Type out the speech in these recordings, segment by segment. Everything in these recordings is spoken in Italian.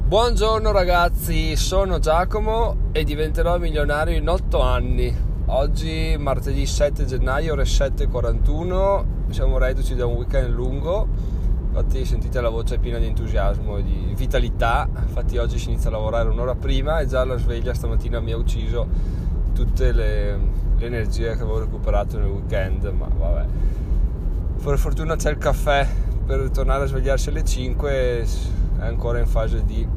Buongiorno ragazzi, sono Giacomo e diventerò milionario in 8 anni. Oggi martedì 7 gennaio, ore 7:41, siamo reduci da un weekend lungo. Infatti sentite la voce piena di entusiasmo e di vitalità. Infatti oggi si inizia a lavorare un'ora prima e già la sveglia stamattina mi ha ucciso tutte le energie che avevo recuperato nel weekend. Ma vabbè, per fortuna c'è il caffè per tornare a svegliarsi alle 5. È ancora in fase di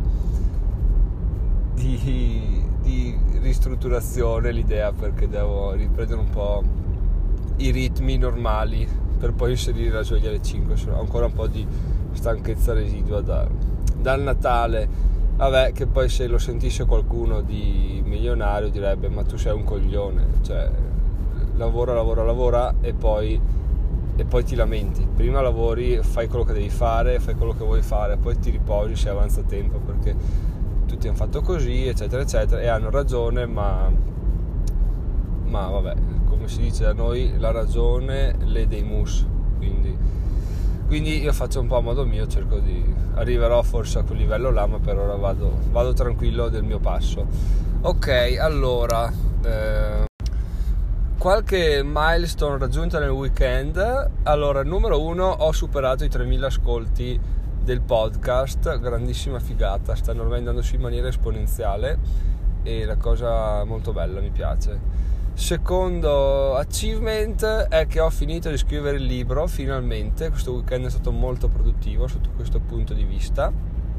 ristrutturazione l'idea, perché devo riprendere un po' i ritmi normali per poi inserire la sveglia alle 5. Ho ancora un po' di stanchezza residua dal Natale. Vabbè, che poi se lo sentisse qualcuno di milionario direbbe: ma tu sei un coglione, cioè lavora e poi ti lamenti. Prima lavori, fai quello che devi fare, fai quello che vuoi fare, poi ti riposi se avanza tempo, perché tutti hanno fatto così, eccetera eccetera, e hanno ragione, ma vabbè, come si dice da noi, la ragione lede i mus, quindi io faccio un po' a modo mio, arriverò forse a quel livello là, ma per ora vado tranquillo del mio passo. Ok, allora qualche milestone raggiunta nel weekend. Allora, numero 1, ho superato i 3.000 ascolti del podcast, grandissima figata, stanno ormai andandosi in maniera esponenziale e la cosa molto bella, mi piace. Secondo achievement è che ho finito di scrivere il libro, finalmente. Questo weekend è stato molto produttivo sotto questo punto di vista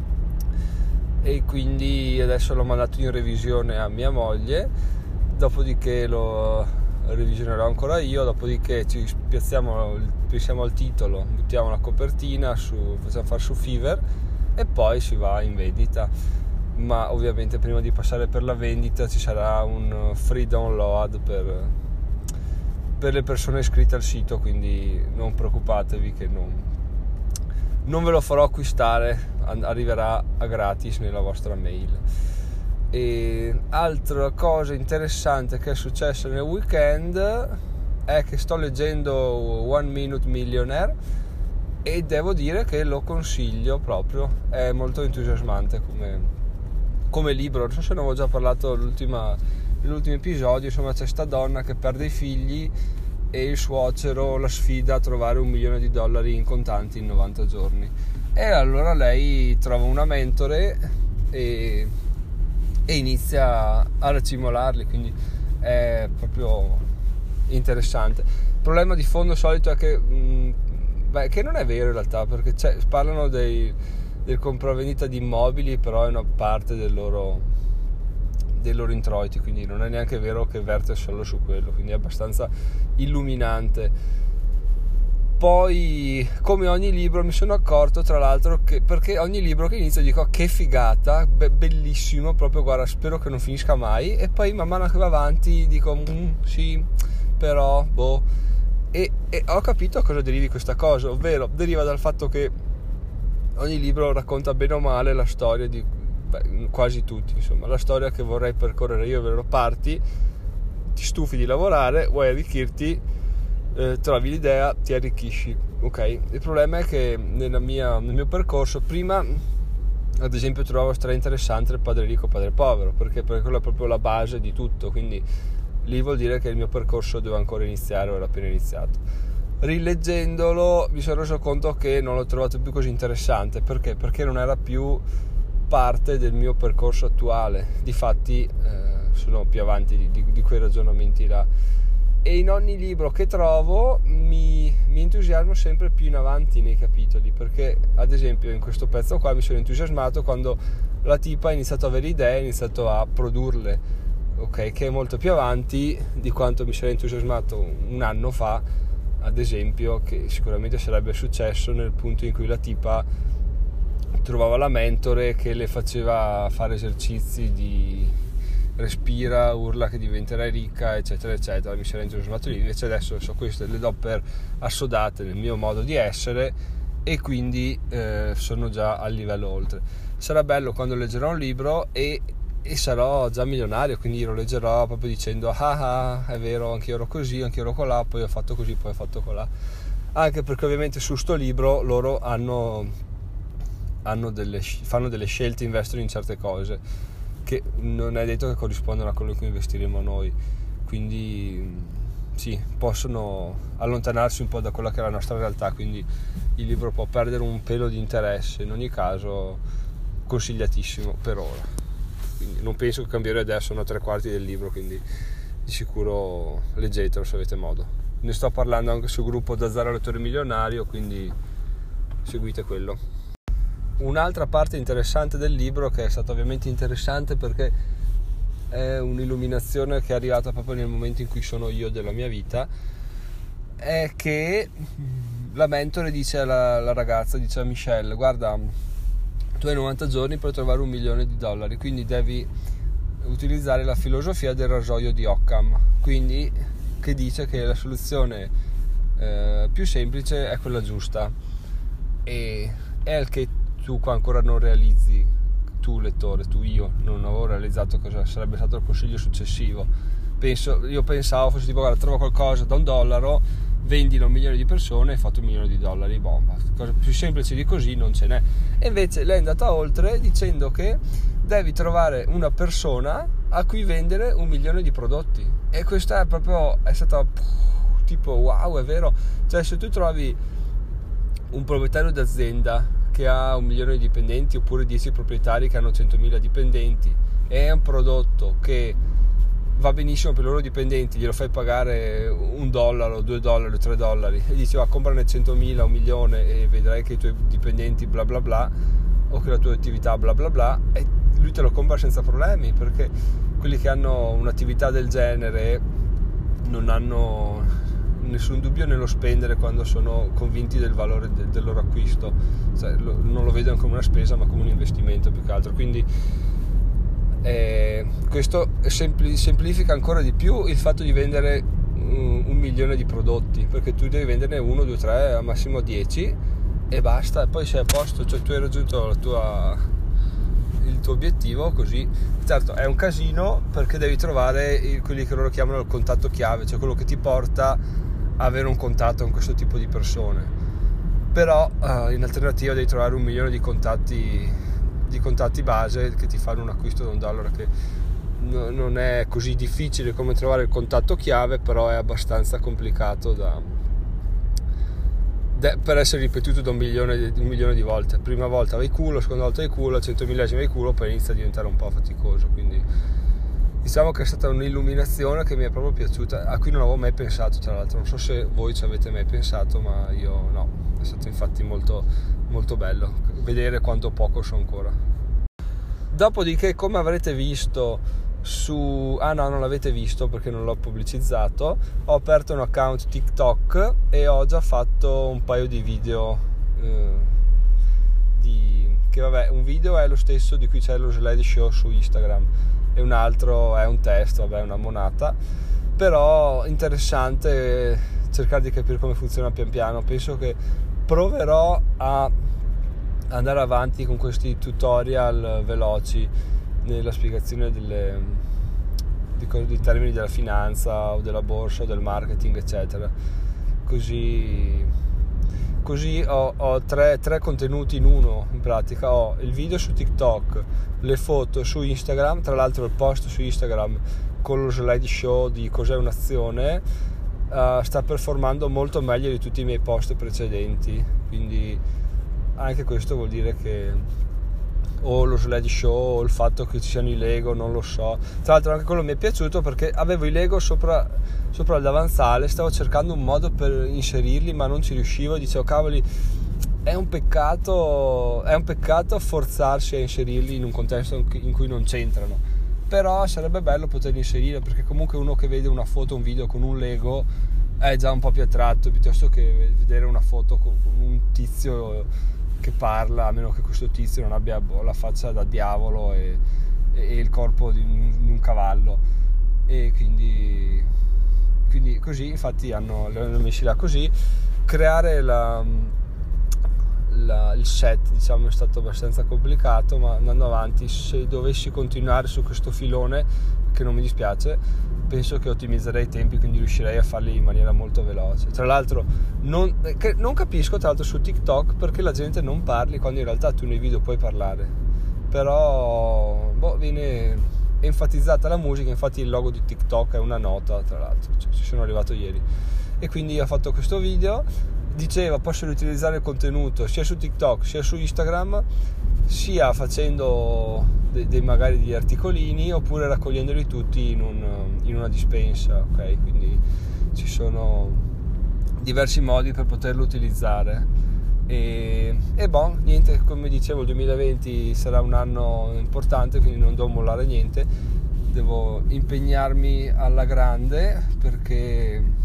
e quindi adesso l'ho mandato in revisione a mia moglie, dopodiché lo revisionerò ancora io, dopodiché ci pensiamo al titolo, buttiamo la copertina facciamo fare su Fiverr e poi si va in vendita. Ma ovviamente prima di passare per la vendita ci sarà un free download per le persone iscritte al sito, quindi non preoccupatevi che non ve lo farò acquistare, arriverà a gratis nella vostra mail. E altra cosa interessante che è successa nel weekend è che sto leggendo One Minute Millionaire e devo dire che lo consiglio proprio, è molto entusiasmante come libro. Non so se ne avevo già parlato nell'ultimo episodio. Insomma, c'è sta donna che perde i figli e il suocero la sfida a trovare $1 milione in contanti in 90 giorni, e allora lei trova una mentore e inizia a racimolarli, quindi è proprio interessante. Il problema di fondo solito è che non è vero in realtà, perché parlano del compravendita di immobili, però è una parte dei loro introiti, quindi non è neanche vero che verte solo su quello, quindi è abbastanza illuminante. Poi, come ogni libro, mi sono accorto tra l'altro che, perché ogni libro che inizio dico che figata, bellissimo, proprio, guarda, spero che non finisca mai, e poi man mano che va avanti dico sì, però e ho capito a cosa derivi questa cosa, ovvero deriva dal fatto che ogni libro racconta bene o male la storia di quasi tutti, insomma, la storia che vorrei percorrere io, ovvero parti, ti stufi di lavorare, vuoi arricchirti, trovi l'idea, ti arricchisci, ok? Il problema è che nel mio percorso prima, ad esempio, trovavo interessante il Padre ricco, Padre povero, perché quello è proprio la base di tutto, quindi lì vuol dire che il mio percorso deve ancora iniziare o era appena iniziato. Rileggendolo mi sono reso conto che non l'ho trovato più così interessante. Perché non era più parte del mio percorso attuale. Difatti sono più avanti di quei ragionamenti là, e in ogni libro che trovo mi entusiasmo sempre più in avanti nei capitoli, perché ad esempio in questo pezzo qua mi sono entusiasmato quando la tipa ha iniziato a avere idee, ha iniziato a produrle, ok, che è molto più avanti di quanto mi sarei entusiasmato un anno fa, ad esempio, che sicuramente sarebbe successo nel punto in cui la tipa trovava la mentore che le faceva fare esercizi di respira, urla che diventerai ricca, eccetera eccetera. Mi sarei entusiasmato lì. Invece adesso queste le do per assodate nel mio modo di essere e quindi sono già al livello oltre. Sarà bello quando leggerò un libro e sarò già milionario, quindi lo leggerò proprio dicendo è vero, anch'io ero così, anch'io ero colà, poi ho fatto così, poi ho fatto colà. Anche perché ovviamente su sto libro loro hanno fanno delle scelte, investono in certe cose che non è detto che corrispondano a quello che investiremo noi, quindi sì, possono allontanarsi un po' da quella che è la nostra realtà, quindi il libro può perdere un pelo di interesse, in ogni caso consigliatissimo per ora, quindi non penso che cambierò adesso, sono 3/4 del libro, quindi di sicuro leggetelo se avete modo. Ne sto parlando anche sul gruppo da Zero Lettore Milionario, quindi seguite quello. Un'altra parte interessante del libro, che è stata ovviamente interessante perché è un'illuminazione che è arrivata proprio nel momento in cui sono io della mia vita, è che la mentore dice alla ragazza, dice a Michelle: guarda, tu hai 90 giorni per trovare $1 milione, quindi devi utilizzare la filosofia del rasoio di Occam, quindi che dice che la soluzione più semplice è quella giusta, e è il che tu qua ancora non realizzi, tu lettore, io non avevo realizzato cosa sarebbe stato il consiglio successivo. Io pensavo fosse tipo: guarda, trova qualcosa da $1, vendilo a 1 milione di persone e hai fatto $1 milione, bomba, cosa più semplice di così non ce n'è. E invece lei è andata oltre dicendo che devi trovare una persona a cui vendere 1 milione di prodotti, e questa è stata tipo wow, è vero, cioè se tu trovi un proprietario d'azienda che ha 1 milione di dipendenti, oppure 10 proprietari che hanno 100.000 dipendenti, e è un prodotto che va benissimo per i loro dipendenti, glielo fai pagare $1, $2, $3 e dici: va, comprane 100.000, 1 milione e vedrai che i tuoi dipendenti bla bla bla, o che la tua attività bla bla bla, e lui te lo compra senza problemi, perché quelli che hanno un'attività del genere non hanno nessun dubbio nello spendere quando sono convinti del valore del loro acquisto, cioè, non lo vedono come una spesa ma come un investimento più che altro, quindi questo semplifica ancora di più il fatto di vendere 1 milione di prodotti, perché tu devi venderne 1, 2, 3, al massimo 10 e basta, e poi sei a posto, cioè tu hai raggiunto il tuo obiettivo così. Certo, è un casino perché devi trovare quelli che loro chiamano il contatto chiave, cioè quello che ti porta a avere un contatto con questo tipo di persone, però in alternativa devi trovare 1 milione di contatti base che ti fanno un acquisto da $1, che non è così difficile come trovare il contatto chiave, però è abbastanza complicato per essere ripetuto da un milione di volte. Prima volta vai culo, seconda volta vai culo, 100.000esima vai culo, poi inizia a diventare un po' faticoso, quindi diciamo che è stata un'illuminazione che mi è proprio piaciuta, a cui non avevo mai pensato, tra l'altro non so se voi ci avete mai pensato, ma io no. È stato infatti molto, molto bello vedere quanto poco so ancora. Dopodiché, come avrete visto non l'avete visto perché non l'ho pubblicizzato, ho aperto un account TikTok e ho già fatto un paio di video un video è lo stesso di cui c'è lo slideshow su Instagram e un altro è un test, una monata, però interessante cercare di capire come funziona pian piano. Penso che proverò a andare avanti con questi tutorial veloci nella spiegazione dei termini della finanza o della borsa o del marketing eccetera, così ho tre contenuti in uno. In pratica ho il video su TikTok, le foto su Instagram, tra l'altro il post su Instagram con lo slideshow di cos'è un'azione sta performando molto meglio di tutti i miei post precedenti, quindi anche questo vuol dire che o lo slideshow o il fatto che ci siano i Lego, non lo so. Tra l'altro anche quello mi è piaciuto perché avevo i Lego sopra il davanzale, stavo cercando un modo per inserirli ma non ci riuscivo, dicevo cavoli, è un peccato forzarsi a inserirli in un contesto in cui non c'entrano, però sarebbe bello poterli inserire, perché comunque uno che vede una foto, un video con un Lego è già un po' più attratto piuttosto che vedere una foto con un tizio che parla, a meno che questo tizio non abbia la faccia da diavolo e il corpo di un cavallo, e quindi così infatti l'hanno messi là così. Creare il set, diciamo, è stato abbastanza complicato, ma andando avanti, se dovessi continuare su questo filone, che non mi dispiace, penso che ottimizzerei i tempi, quindi riuscirei a farli in maniera molto veloce. Tra l'altro non capisco tra l'altro su TikTok perché la gente non parli quando in realtà tu nei video puoi parlare, però viene enfatizzata la musica. Infatti il logo di TikTok è una nota, tra l'altro, ci sono arrivato ieri, e quindi ho fatto questo video. Diceva posso riutilizzare il contenuto sia su TikTok sia su Instagram, sia facendo magari degli articolini, oppure raccogliendoli tutti in una dispensa, ok? Quindi ci sono diversi modi per poterlo utilizzare. E niente, come dicevo, il 2020 sarà un anno importante, quindi non devo mollare niente, devo impegnarmi alla grande perché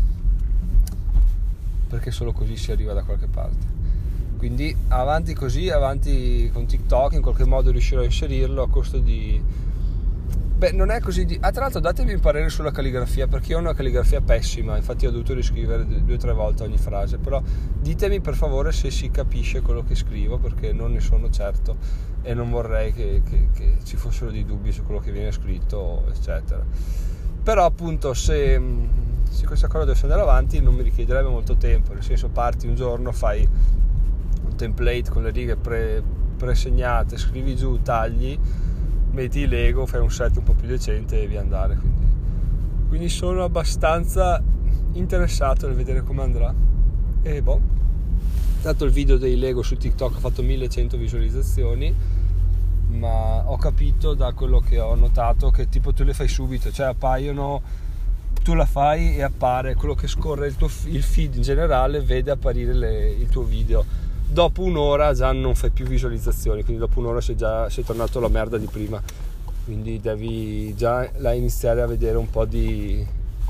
solo così si arriva da qualche parte. Quindi avanti così, avanti con TikTok, in qualche modo riuscirò a inserirlo a costo di... non è così tra l'altro datemi un parere sulla calligrafia, perché io ho una calligrafia pessima, infatti ho dovuto riscrivere 2 o 3 volte ogni frase, però ditemi per favore se si capisce quello che scrivo, perché non ne sono certo e non vorrei che ci fossero dei dubbi su quello che viene scritto, eccetera. Però appunto se questa cosa dovesse andare avanti non mi richiederebbe molto tempo, nel senso parti un giorno, fai un template con le righe presegnate, scrivi giù, tagli, metti il Lego, fai un set un po' più decente e via andare. Quindi sono abbastanza interessato nel vedere come andrà. E tanto il video dei Lego su TikTok ha fatto 1100 visualizzazioni, ma ho capito da quello che ho notato che tipo tu le fai subito, cioè appaiono, tu la fai e appare quello che scorre il feed in generale, vede apparire il tuo video. Dopo un'ora già non fai più visualizzazioni, quindi dopo un'ora sei tornato alla merda di prima, quindi devi già iniziare a vedere un po' di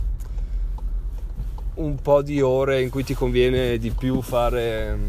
ore in cui ti conviene di più fare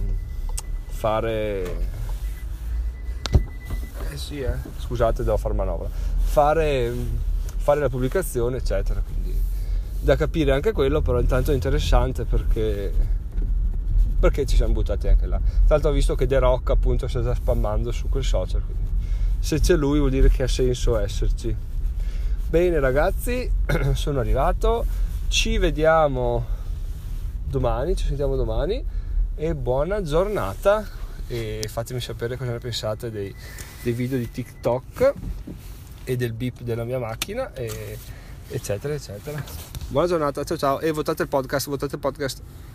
scusate, devo fare manovra, fare la pubblicazione, eccetera. Quindi da capire anche quello, però intanto è interessante perché ci siamo buttati anche là. Tra l'altro ho visto che The Rock appunto sta già spammando su quel social, quindi se c'è lui vuol dire che ha senso esserci. Bene ragazzi, sono arrivato, ci sentiamo domani e buona giornata, e fatemi sapere cosa ne pensate dei video di TikTok e del beep della mia macchina, eccetera eccetera. Buona giornata, ciao ciao, e votate il podcast.